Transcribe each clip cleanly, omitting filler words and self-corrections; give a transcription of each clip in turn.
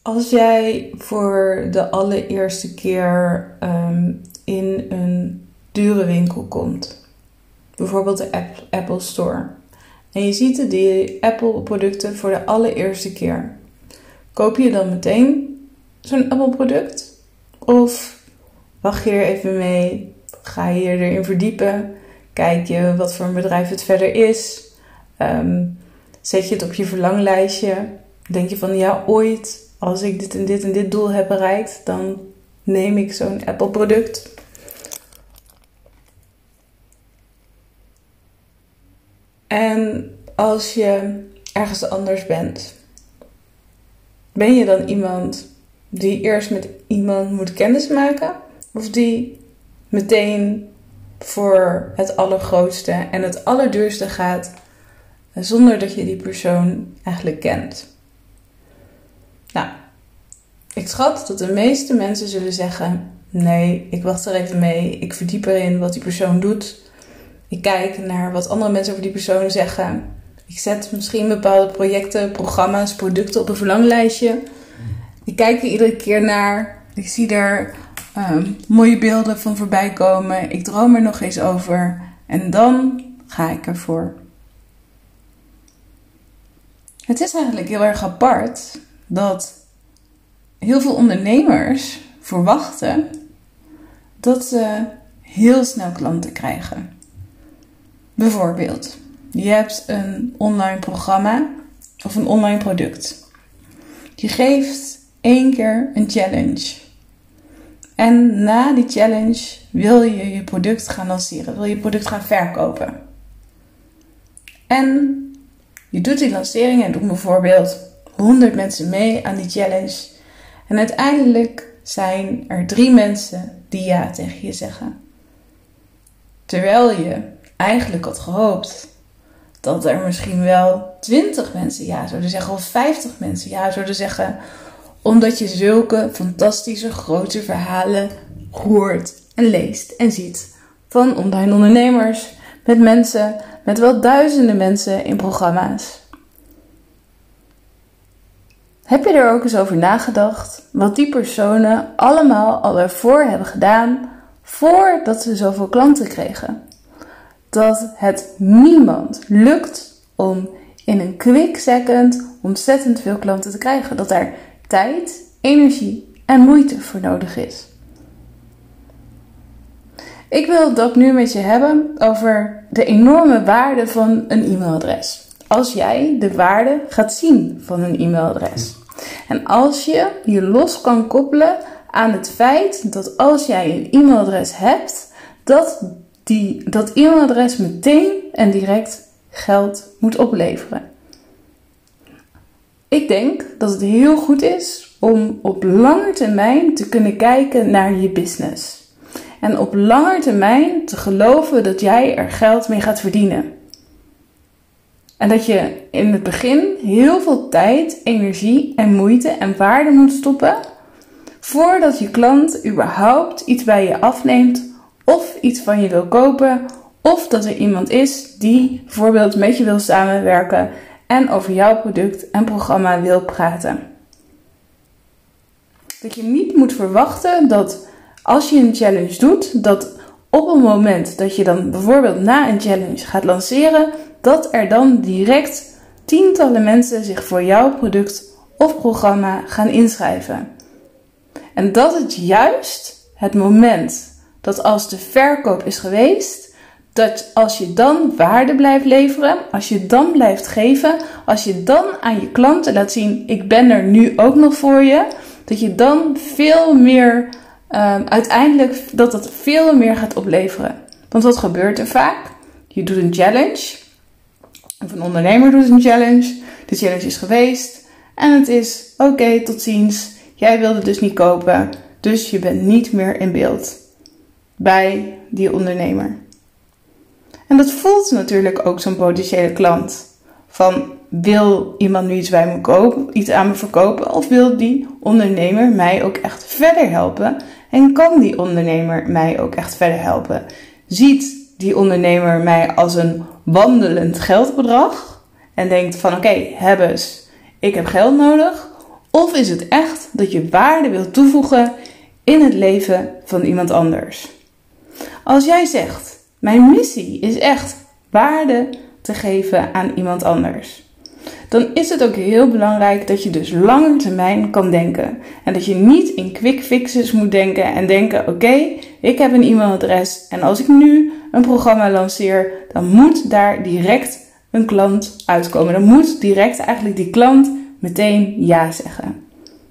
Als jij voor de allereerste keer in een dure winkel komt, bijvoorbeeld de Apple Store, en je ziet die Apple producten voor de allereerste keer, koop je dan meteen zo'n Apple product? Of wacht je er even mee, ga je erin verdiepen, kijk je wat voor een bedrijf het verder is, zet je het op je verlanglijstje, denk je van ja, ooit als ik dit en dit en dit doel heb bereikt, dan neem ik zo'n Apple product. En als je ergens anders bent, ben je dan iemand die eerst met iemand moet kennismaken? Of die meteen voor het allergrootste en het allerduurste gaat, zonder dat je die persoon eigenlijk kent? Nou, ik schat dat de meeste mensen zullen zeggen, nee, ik wacht er even mee. Ik verdiep erin wat die persoon doet. Ik kijk naar wat andere mensen over die persoon zeggen. Ik zet misschien bepaalde projecten, programma's, producten op een verlanglijstje. Ik kijk er iedere keer naar. Ik zie er mooie beelden van voorbij komen. Ik droom er nog eens over. En dan ga ik ervoor. Het is eigenlijk heel erg apart dat heel veel ondernemers verwachten dat ze heel snel klanten krijgen. Bijvoorbeeld, je hebt een online programma of een online product. Je geeft 1 keer een challenge. En na die challenge wil je je product gaan lanceren, wil je product gaan verkopen. En je doet die lancering en doet bijvoorbeeld 100 mensen mee aan die challenge. En uiteindelijk zijn er 3 mensen die ja tegen je zeggen. Terwijl je eigenlijk had gehoopt dat er misschien wel 20 mensen ja zouden zeggen of 50 mensen ja zouden zeggen. Omdat je zulke fantastische grote verhalen hoort en leest en ziet van online ondernemers met mensen, met wel duizenden mensen in programma's. Heb je er ook eens over nagedacht wat die personen allemaal al ervoor hebben gedaan voordat ze zoveel klanten kregen? Dat het niemand lukt om in een quick second ontzettend veel klanten te krijgen. Dat er tijd, energie en moeite voor nodig is. Ik wil het ook nu met je hebben over de enorme waarde van een e-mailadres. Als jij de waarde gaat zien van een e-mailadres. En als je je los kan koppelen aan het feit dat als jij een e-mailadres hebt, dat e-mailadres meteen en direct geld moet opleveren. Ik denk dat het heel goed is om op lange termijn te kunnen kijken naar je business. En op lange termijn te geloven dat jij er geld mee gaat verdienen. En dat je in het begin heel veel tijd, energie en moeite en waarde moet stoppen voordat je klant überhaupt iets bij je afneemt of iets van je wil kopen of dat er iemand is die bijvoorbeeld met je wil samenwerken en over jouw product en programma wil praten. Dat je niet moet verwachten dat als je een challenge doet, dat op het moment dat je dan bijvoorbeeld na een challenge gaat lanceren, dat er dan direct tientallen mensen zich voor jouw product of programma gaan inschrijven. En dat het juist het moment dat als de verkoop is geweest, dat als je dan waarde blijft leveren, als je dan blijft geven, als je dan aan je klanten laat zien, ik ben er nu ook nog voor je, dat je dan veel meer, uiteindelijk dat veel meer gaat opleveren. Want wat gebeurt er vaak? Je doet een challenge, of een ondernemer doet een challenge, de challenge is geweest en het is oké, tot ziens, jij wilde dus niet kopen, dus je bent niet meer in beeld bij die ondernemer. En dat voelt natuurlijk ook zo'n potentiële klant. Van, wil iemand nu iets bij me kopen, iets aan me verkopen? Of wil die ondernemer mij ook echt verder helpen? En kan die ondernemer mij ook echt verder helpen? Ziet die ondernemer mij als een wandelend geldbedrag? En denkt van, oké, hebbes, ik heb geld nodig. Of is het echt dat je waarde wilt toevoegen in het leven van iemand anders? Als jij zegt, mijn missie is echt waarde te geven aan iemand anders, dan is het ook heel belangrijk dat je dus lange termijn kan denken. En dat je niet in quick fixes moet denken en denken, oké, ik heb een e-mailadres en als ik nu een programma lanceer, dan moet daar direct een klant uitkomen. Dan moet direct eigenlijk die klant meteen ja zeggen.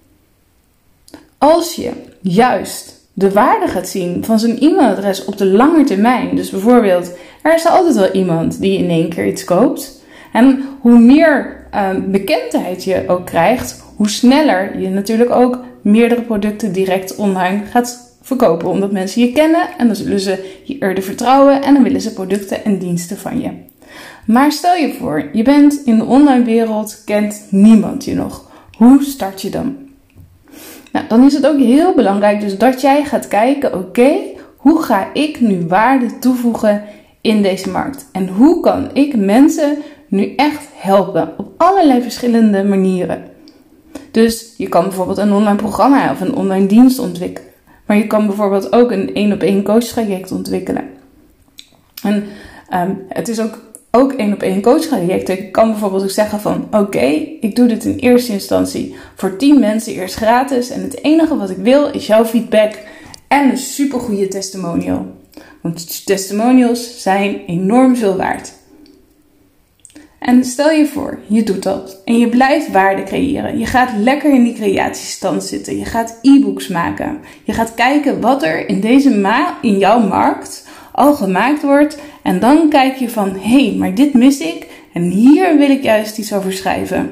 Als je juist de waarde gaat zien van zo'n e-mailadres op de lange termijn, dus bijvoorbeeld, er is altijd wel iemand die in één keer iets koopt. En hoe meer bekendheid je ook krijgt, hoe sneller je natuurlijk ook meerdere producten direct online gaat verkopen. Omdat mensen je kennen en dan zullen ze je eerder vertrouwen en dan willen ze producten en diensten van je. Maar stel je voor, je bent in de online wereld, kent niemand je nog. Hoe start je dan? Nou, dan is het ook heel belangrijk dus dat jij gaat kijken, oké, hoe ga ik nu waarde toevoegen in deze markt? En hoe kan ik mensen nu echt helpen op allerlei verschillende manieren? Dus je kan bijvoorbeeld een online programma of een online dienst ontwikkelen. Maar je kan bijvoorbeeld ook een 1-op-1 coachtraject ontwikkelen. En het is ook 1-op-1 coachtraject. Ik kan bijvoorbeeld ook zeggen van oké, ik doe dit in eerste instantie voor 10 mensen eerst gratis. En het enige wat ik wil is jouw feedback en een supergoeie testimonial. Want testimonials zijn enorm veel waard. En stel je voor, je doet dat en je blijft waarde creëren. Je gaat lekker in die creatiestand zitten. Je gaat e-books maken. Je gaat kijken wat er in jouw markt al gemaakt wordt. En dan kijk je van, hé, maar dit mis ik en hier wil ik juist iets over schrijven.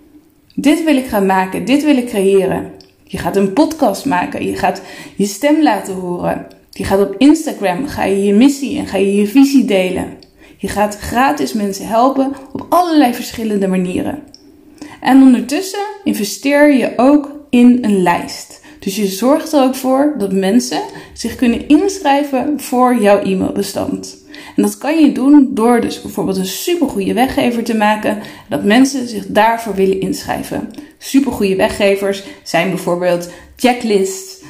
Dit wil ik gaan maken, dit wil ik creëren. Je gaat een podcast maken, je gaat je stem laten horen. Je gaat op Instagram, ga je je missie en ga je je visie delen. Je gaat gratis mensen helpen op allerlei verschillende manieren. En ondertussen investeer je ook in een lijst. Dus je zorgt er ook voor dat mensen zich kunnen inschrijven voor jouw e-mailbestand. En dat kan je doen door dus bijvoorbeeld een supergoeie weggever te maken. Dat mensen zich daarvoor willen inschrijven. Supergoeie weggevers zijn bijvoorbeeld checklists,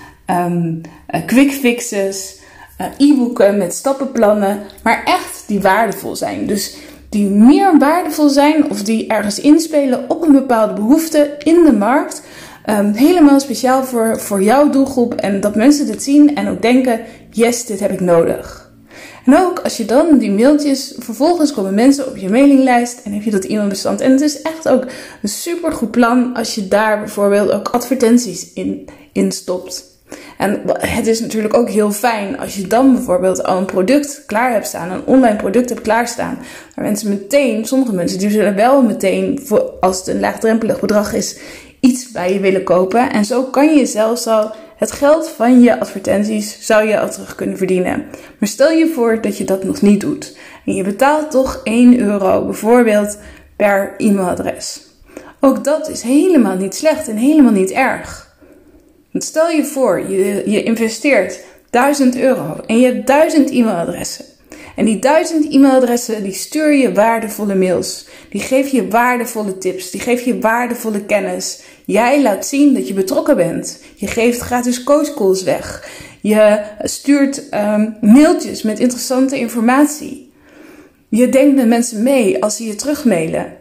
quick fixes, e-boeken met stappenplannen. Maar echt die waardevol zijn. Dus die meer waardevol zijn of die ergens inspelen op een bepaalde behoefte in de markt. Helemaal speciaal voor jouw doelgroep. En dat mensen dit zien en ook denken, yes, dit heb ik nodig. En ook als je dan die mailtjes, vervolgens komen mensen op je mailinglijst en heb je dat e-mailbestand. En het is echt ook een supergoed plan als je daar bijvoorbeeld ook advertenties in stopt. En het is natuurlijk ook heel fijn als je dan bijvoorbeeld al een product klaar hebt staan, een online product hebt klaarstaan. Maar sommige mensen die zullen wel meteen, als het een laagdrempelig bedrag is, iets bij je willen kopen. En zo kan je zelfs al het geld van je advertenties zou je al terug kunnen verdienen. Maar stel je voor dat je dat nog niet doet. En je betaalt toch €1 bijvoorbeeld per e-mailadres. Ook dat is helemaal niet slecht en helemaal niet erg. Want stel je voor, je investeert €1000 en je hebt 1000 e-mailadressen. En die 1000 e-mailadressen, die stuur je waardevolle mails. Die geef je waardevolle tips. Die geef je waardevolle kennis. Jij laat zien dat je betrokken bent. Je geeft gratis coachcalls weg. Je stuurt mailtjes met interessante informatie. Je denkt met mensen mee als ze je terugmailen.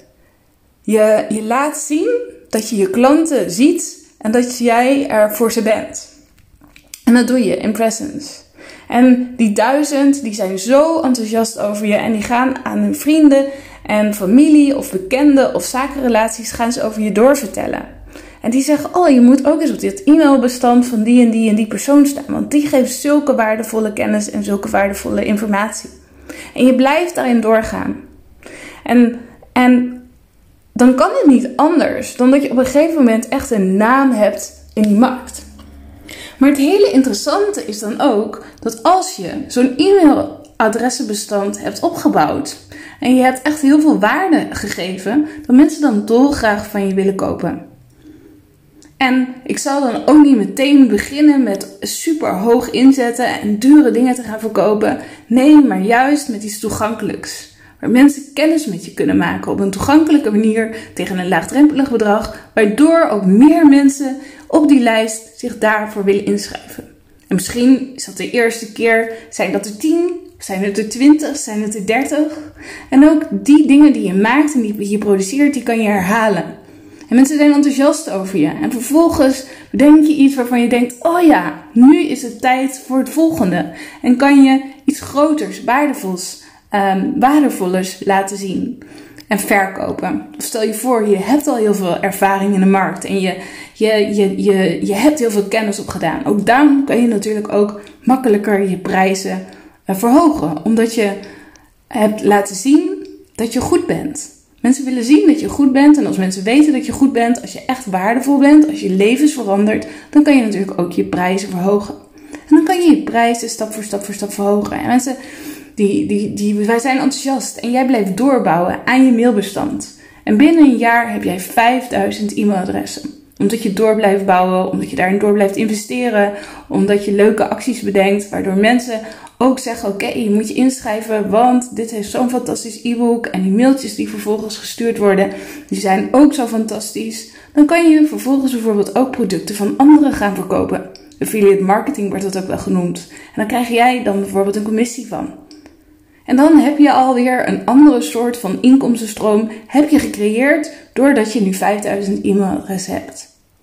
Je laat zien dat je je klanten ziet en dat jij er voor ze bent. En dat doe je in presence. En die 1000 die zijn zo enthousiast over je en die gaan aan hun vrienden en familie of bekenden of zakenrelaties gaan ze over je doorvertellen. En die zeggen, oh, je moet ook eens op dit e-mailbestand van die en die persoon staan. Want die geeft zulke waardevolle kennis en zulke waardevolle informatie. En je blijft daarin doorgaan. En dan kan het niet anders dan dat je op een gegeven moment echt een naam hebt in die markt. Maar het hele interessante is dan ook dat als je zo'n e-mailadressenbestand hebt opgebouwd en je hebt echt heel veel waarde gegeven, dat mensen dan dolgraag van je willen kopen. En ik zal dan ook niet meteen beginnen met super hoog inzetten en dure dingen te gaan verkopen. Nee, maar juist met iets toegankelijks. Waar mensen kennis met je kunnen maken op een toegankelijke manier tegen een laagdrempelig bedrag. Waardoor ook meer mensen op die lijst zich daarvoor willen inschrijven. En misschien is dat de eerste keer, zijn dat er 10, zijn het er 20, zijn het er 30. En ook die dingen die je maakt en die je produceert, die kan je herhalen. En mensen zijn enthousiast over je. En vervolgens bedenk je iets waarvan je denkt, oh ja, nu is het tijd voor het volgende. En kan je iets groters, waardevollers laten zien. En verkopen. Of stel je voor, je hebt al heel veel ervaring in de markt. En je hebt heel veel kennis opgedaan. Ook dan kan je natuurlijk ook makkelijker je prijzen verhogen. Omdat je hebt laten zien dat je goed bent. Mensen willen zien dat je goed bent. En als mensen weten dat je goed bent, als je echt waardevol bent, als je levens verandert, dan kan je natuurlijk ook je prijzen verhogen. En dan kan je je prijzen stap voor stap verhogen. En mensen, wij zijn enthousiast. En jij blijft doorbouwen aan je mailbestand. En binnen een jaar heb jij 5000 e-mailadressen. Omdat je door blijft bouwen, omdat je daarin door blijft investeren, omdat je leuke acties bedenkt, waardoor mensen ook zeggen, oké, je moet je inschrijven, want dit heeft zo'n fantastisch e-book en die mailtjes die vervolgens gestuurd worden, die zijn ook zo fantastisch. Dan kan je vervolgens bijvoorbeeld ook producten van anderen gaan verkopen. Affiliate marketing wordt dat ook wel genoemd. En dan krijg jij dan bijvoorbeeld een commissie van. En dan heb je alweer een andere soort van inkomstenstroom heb je gecreëerd doordat je nu 5000 e-mailadressen hebt.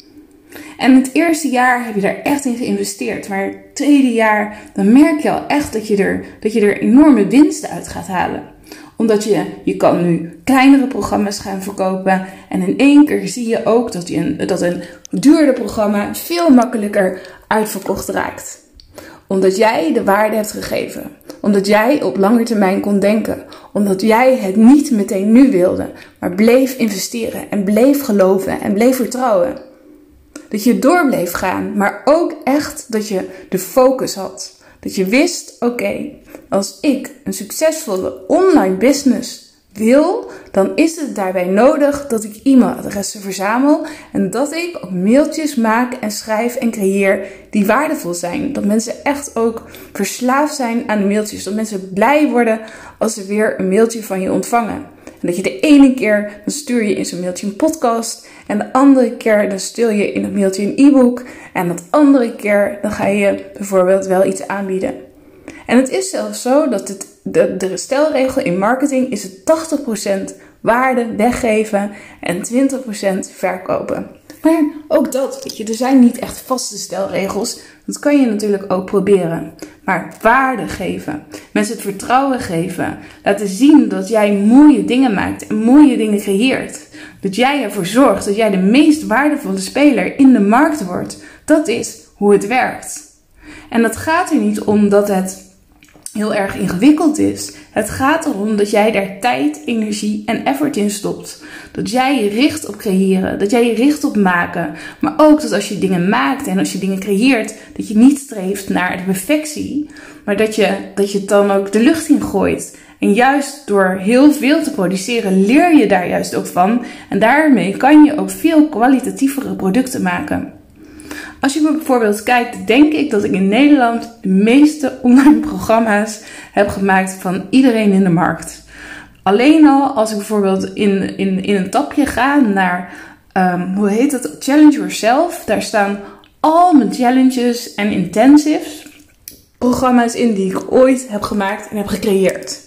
En het eerste jaar heb je daar echt in geïnvesteerd. Maar het tweede jaar, dan merk je al echt dat je er enorme winsten uit gaat halen. Omdat je kan nu kleinere programma's gaan verkopen. En in één keer zie je ook dat een duurder programma veel makkelijker uitverkocht raakt. Omdat jij de waarde hebt gegeven. Omdat jij op lange termijn kon denken. Omdat jij het niet meteen nu wilde. Maar bleef investeren en bleef geloven en bleef vertrouwen. Dat je door bleef gaan. Maar ook echt dat je de focus had. Dat je wist, oké, als ik een succesvolle online business wil, dan is het daarbij nodig dat ik e-mailadressen verzamel en dat ik ook mailtjes maak en schrijf en creëer die waardevol zijn. Dat mensen echt ook verslaafd zijn aan de mailtjes. Dat mensen blij worden als ze weer een mailtje van je ontvangen. En dat je de ene keer, dan stuur je in zo'n mailtje een podcast en de andere keer, dan stuur je in dat mailtje een e-book en dat andere keer, dan ga je bijvoorbeeld wel iets aanbieden. En het is zelfs zo dat de stelregel in marketing is het 80% waarde weggeven en 20% verkopen. Maar ook dat, weet je, er zijn niet echt vaste stelregels. Dat kan je natuurlijk ook proberen. Maar waarde geven, mensen het vertrouwen geven, laten zien dat jij mooie dingen maakt en mooie dingen creëert. Dat jij ervoor zorgt dat jij de meest waardevolle speler in de markt wordt. Dat is hoe het werkt. En dat gaat er niet om dat het heel erg ingewikkeld is. Het gaat erom dat jij daar tijd, energie en effort in stopt. Dat jij je richt op creëren. Dat jij je richt op maken. Maar ook dat als je dingen maakt en als je dingen creëert, dat je niet streeft naar de perfectie. Maar dat je het dan ook de lucht in gooit. En juist door heel veel te produceren leer je daar juist ook van. En daarmee kan je ook veel kwalitatievere producten maken. Als je bijvoorbeeld kijkt, denk ik dat ik in Nederland de meeste online programma's heb gemaakt van iedereen in de markt. Alleen al als ik bijvoorbeeld in een tabje ga naar, Challenge Yourself. Daar staan al mijn challenges en intensives, programma's in die ik ooit heb gemaakt en heb gecreëerd.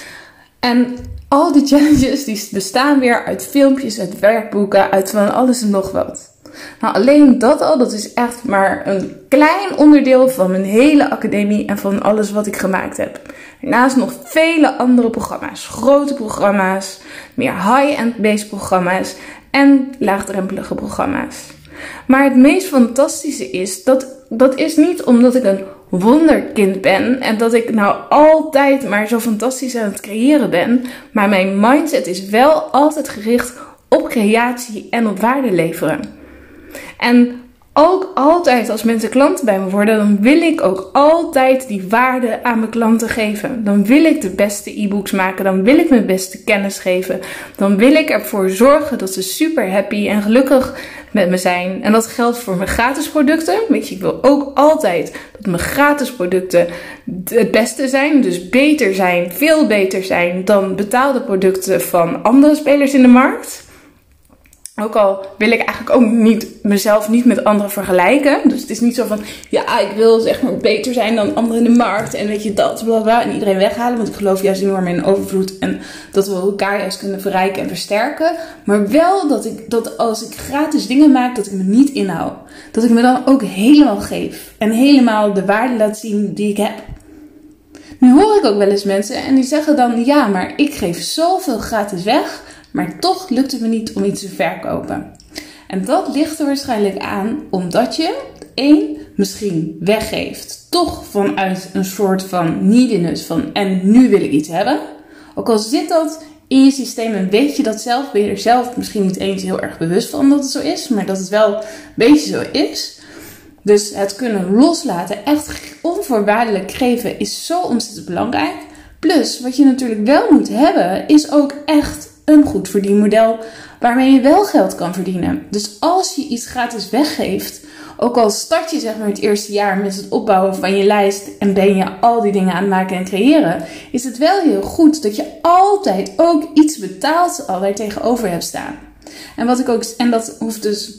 En al die challenges die bestaan weer uit filmpjes, uit werkboeken, uit van alles en nog wat. Nou, alleen dat al, dat is echt maar een klein onderdeel van mijn hele academie en van alles wat ik gemaakt heb. Daarnaast nog vele andere programma's, grote programma's, meer high-end based programma's en laagdrempelige programma's. Maar het meest fantastische is, dat is niet omdat ik een wonderkind ben en dat ik nou altijd maar zo fantastisch aan het creëren ben, maar mijn mindset is wel altijd gericht op creatie en op waarde leveren. En ook altijd als mensen klanten bij me worden, dan wil ik ook altijd die waarde aan mijn klanten geven. Dan wil ik de beste e-books maken, dan wil ik mijn beste kennis geven. Dan wil ik ervoor zorgen dat ze super happy en gelukkig met me zijn. En dat geldt voor mijn gratis producten. Weet je, ik wil ook altijd dat mijn gratis producten het beste zijn. Dus beter zijn, veel beter zijn dan betaalde producten van andere spelers in de markt. Ook al wil ik eigenlijk ook mezelf niet met anderen vergelijken. Dus het is niet zo van, ja, ik wil zeg maar beter zijn dan anderen in de markt. En weet je dat, blablabla. En iedereen weghalen. Want ik geloof juist enorm in overvloed. En dat we elkaar juist kunnen verrijken en versterken. Maar wel dat als ik gratis dingen maak, dat ik me niet inhoud. Dat ik me dan ook helemaal geef. En helemaal de waarde laat zien die ik heb. Nu hoor ik ook wel eens mensen en die zeggen dan, ja, maar ik geef zoveel gratis weg. Maar toch lukt het me niet om iets te verkopen. En dat ligt er waarschijnlijk aan omdat je, misschien weggeeft. Toch vanuit een soort van neediness van en nu wil ik iets hebben. Ook al zit dat in je systeem en weet je dat zelf, ben je er zelf misschien niet eens heel erg bewust van dat het zo is. Maar dat het wel een beetje zo is. Dus het kunnen loslaten, echt onvoorwaardelijk geven is zo ontzettend belangrijk. Plus, wat je natuurlijk wel moet hebben, is ook echt een goed verdienmodel waarmee je wel geld kan verdienen. Dus als je iets gratis weggeeft, ook al start je zeg maar het eerste jaar met het opbouwen van je lijst en ben je al die dingen aan het maken en creëren, is het wel heel goed dat je altijd ook iets betaald al daar tegenover hebt staan. En wat ik ook, en dat hoeft dus,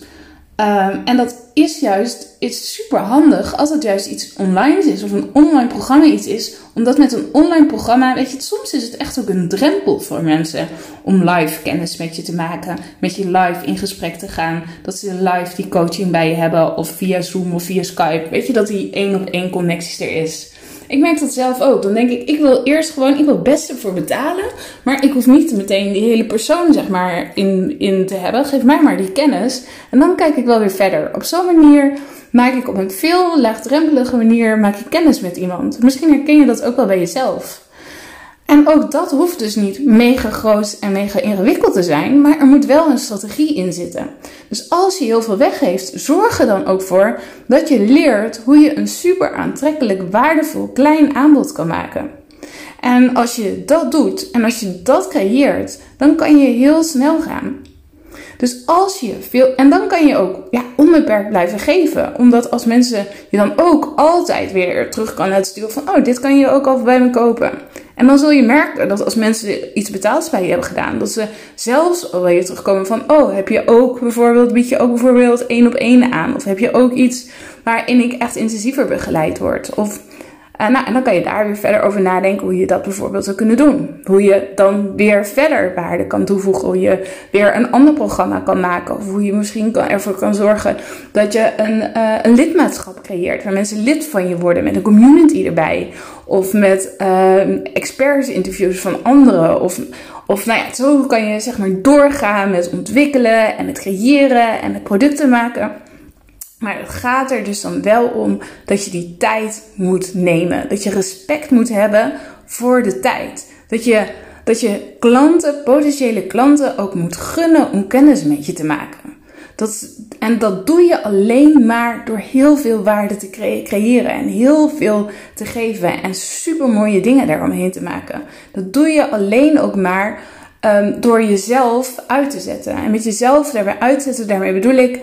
en dat is juist, is super handig als het juist iets online is of een online programma iets is. Omdat met een online programma, weet je, soms is het echt ook een drempel voor mensen om live kennis met je te maken. Met je live in gesprek te gaan. Dat ze live die coaching bij je hebben of via Zoom of via Skype. Weet je, dat die 1-op-1 connecties er is. Ik merk dat zelf ook. Dan denk ik wil eerst gewoon, ik wil het beste voor betalen. Maar ik hoef niet meteen die hele persoon zeg maar in te hebben. Geef mij maar die kennis. En dan kijk ik wel weer verder. Op zo'n manier maak ik op een veel laagdrempelige manier maak ik kennis met iemand. Misschien herken je dat ook wel bij jezelf. En ook dat hoeft dus niet mega groot en mega ingewikkeld te zijn, maar er moet wel een strategie in zitten. Dus als je heel veel weggeeft, zorg er dan ook voor dat je leert hoe je een super aantrekkelijk, waardevol, klein aanbod kan maken. En als je dat doet en als je dat creëert, dan kan je heel snel gaan. Dus als je veel, en dan kan je ook onbeperkt blijven geven. Omdat als mensen je dan ook altijd weer terug kan laten sturen van, oh, dit kan je ook al bij me kopen. En dan zul je merken dat als mensen iets betaalds bij je hebben gedaan, dat ze zelfs al weer terugkomen van, oh, bied je ook bijvoorbeeld 1-op-1 aan? Of heb je ook iets waarin ik echt intensiever begeleid word? Of en dan kan je daar weer verder over nadenken hoe je dat bijvoorbeeld zou kunnen doen. Hoe je dan weer verder waarde kan toevoegen. Hoe je weer een ander programma kan maken. Of hoe je misschien ervoor kan zorgen dat je een lidmaatschap creëert. Waar mensen lid van je worden met een community erbij. Of met experts interviews van anderen. Of zo kan je zeg maar doorgaan met ontwikkelen en met creëren en met producten maken. Maar het gaat er dus dan wel om dat je die tijd moet nemen. Dat je respect moet hebben voor de tijd. Dat je klanten, potentiële klanten ook moet gunnen om kennis met je te maken. En dat doe je alleen maar door heel veel waarde te creëren. En heel veel te geven. En super mooie dingen daaromheen te maken. Dat doe je alleen ook maar door jezelf uit te zetten. En met jezelf daarbij uitzetten, daarmee bedoel ik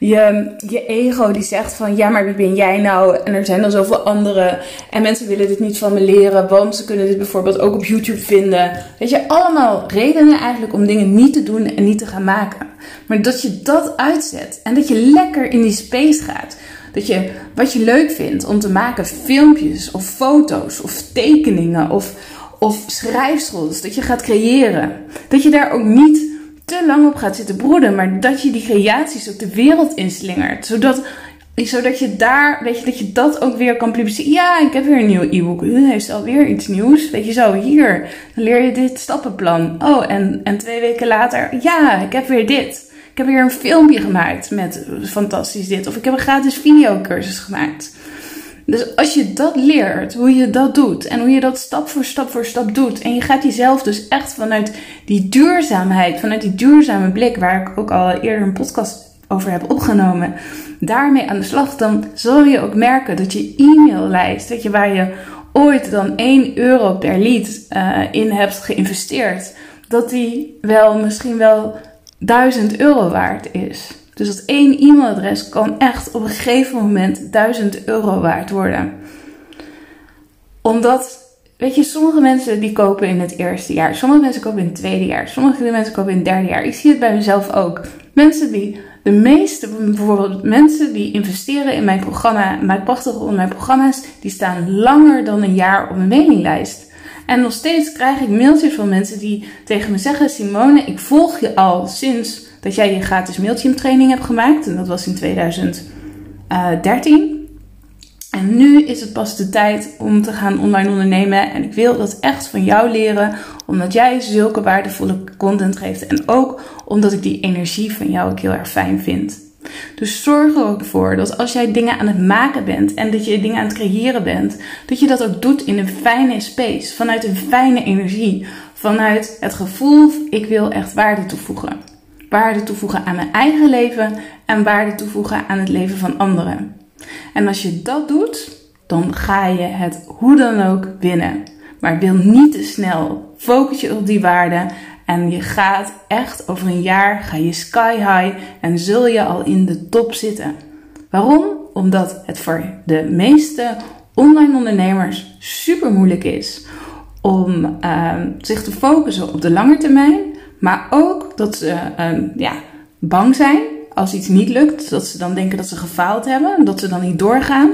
je ego die zegt van, ja, maar wie ben jij nou? En er zijn al zoveel anderen. En mensen willen dit niet van me leren, want ze kunnen dit bijvoorbeeld ook op YouTube vinden. Weet je, allemaal redenen eigenlijk om dingen niet te doen en niet te gaan maken. Maar dat je dat uitzet en dat je lekker in die space gaat. Dat je wat je leuk vindt om te maken, filmpjes of foto's of tekeningen of schrijfsels, dat je gaat creëren. Dat je daar ook niet te lang op gaat zitten broeden, maar dat je die creaties ook de wereld inslingert. Zodat je daar, weet je, dat je dat ook weer kan publiceren. Ja, ik heb weer een nieuw e-book. U heeft alweer iets nieuws. Weet je zo, hier, dan leer je dit stappenplan. Oh, en 2 weken later, ja, ik heb weer dit. Ik heb weer een filmpje gemaakt met fantastisch dit. Of ik heb een gratis videocursus gemaakt. Dus als je dat leert, hoe je dat doet en hoe je dat stap voor stap doet. En je gaat jezelf dus echt vanuit die duurzaamheid, vanuit die duurzame blik, waar ik ook al eerder een podcast over heb opgenomen, daarmee aan de slag, dan zal je ook merken dat je e-maillijst, weet je, waar je ooit dan €1 per lead in hebt geïnvesteerd, dat die misschien wel €1000 waard is. Dus dat 1 e-mailadres kan echt op een gegeven moment €1000 waard worden. Omdat, weet je, sommige mensen die kopen in het eerste jaar. Sommige mensen kopen in het tweede jaar. Sommige mensen kopen in het derde jaar. Ik zie het bij mezelf ook. Bijvoorbeeld mensen die investeren in mijn programma, mijn prachtige online programma's, die staan langer dan een jaar op mijn mailinglijst. En nog steeds krijg ik mailtjes van mensen die tegen me zeggen: Simone, ik volg je al sinds dat jij je gratis Mailchimp training hebt gemaakt. En dat was in 2013. En nu is het pas de tijd om te gaan online ondernemen. En ik wil dat echt van jou leren. Omdat jij zulke waardevolle content geeft. En ook omdat ik die energie van jou ook heel erg fijn vind. Dus zorg er ook voor dat als jij dingen aan het maken bent. En dat je dingen aan het creëren bent. Dat je dat ook doet in een fijne space. Vanuit een fijne energie. Vanuit het gevoel, ik wil echt waarde toevoegen. Waarde toevoegen aan mijn eigen leven. En waarde toevoegen aan het leven van anderen. En als je dat doet, dan ga je het hoe dan ook winnen. Maar wil niet te snel. Focus je op die waarde. En je gaat echt over een jaar, ga je sky high en zul je al in de top zitten. Waarom? Omdat het voor de meeste online ondernemers super moeilijk is om zich te focussen op de lange termijn. Maar ook dat ze bang zijn als iets niet lukt. Dat ze dan denken dat ze gefaald hebben. Dat ze dan niet doorgaan.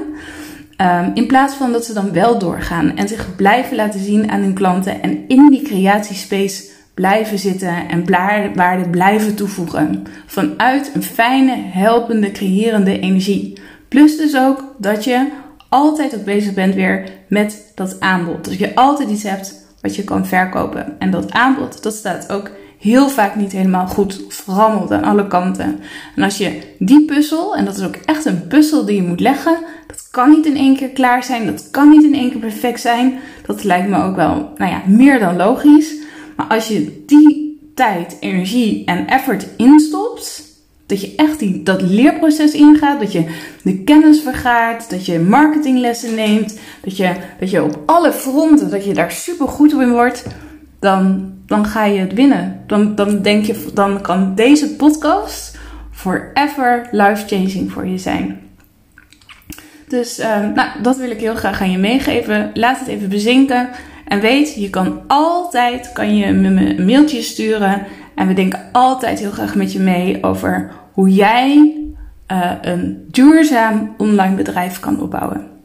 In plaats van dat ze dan wel doorgaan. En zich blijven laten zien aan hun klanten. En in die creatiespace blijven zitten. En waarde blijven toevoegen. Vanuit een fijne, helpende, creërende energie. Plus dus ook dat je altijd ook bezig bent weer met dat aanbod. Dat je altijd iets hebt wat je kan verkopen. En dat aanbod, dat staat ook heel vaak niet helemaal goed verrammeld aan alle kanten. En als je die puzzel, en dat is ook echt een puzzel die je moet leggen, dat kan niet in één keer klaar zijn, dat kan niet in één keer perfect zijn. Dat lijkt me ook wel, meer dan logisch. Maar als je die tijd, energie en effort instopt, dat je echt dat leerproces ingaat, dat je de kennis vergaart, dat je marketinglessen neemt, dat je op alle fronten, dat je daar super goed in wordt, dan ga je het winnen. Dan kan deze podcast forever life-changing voor je zijn. Dus dat wil ik heel graag aan je meegeven. Laat het even bezinken. En weet, je kan me een mailtje sturen. En we denken altijd heel graag met je mee over hoe jij een duurzaam online bedrijf kan opbouwen.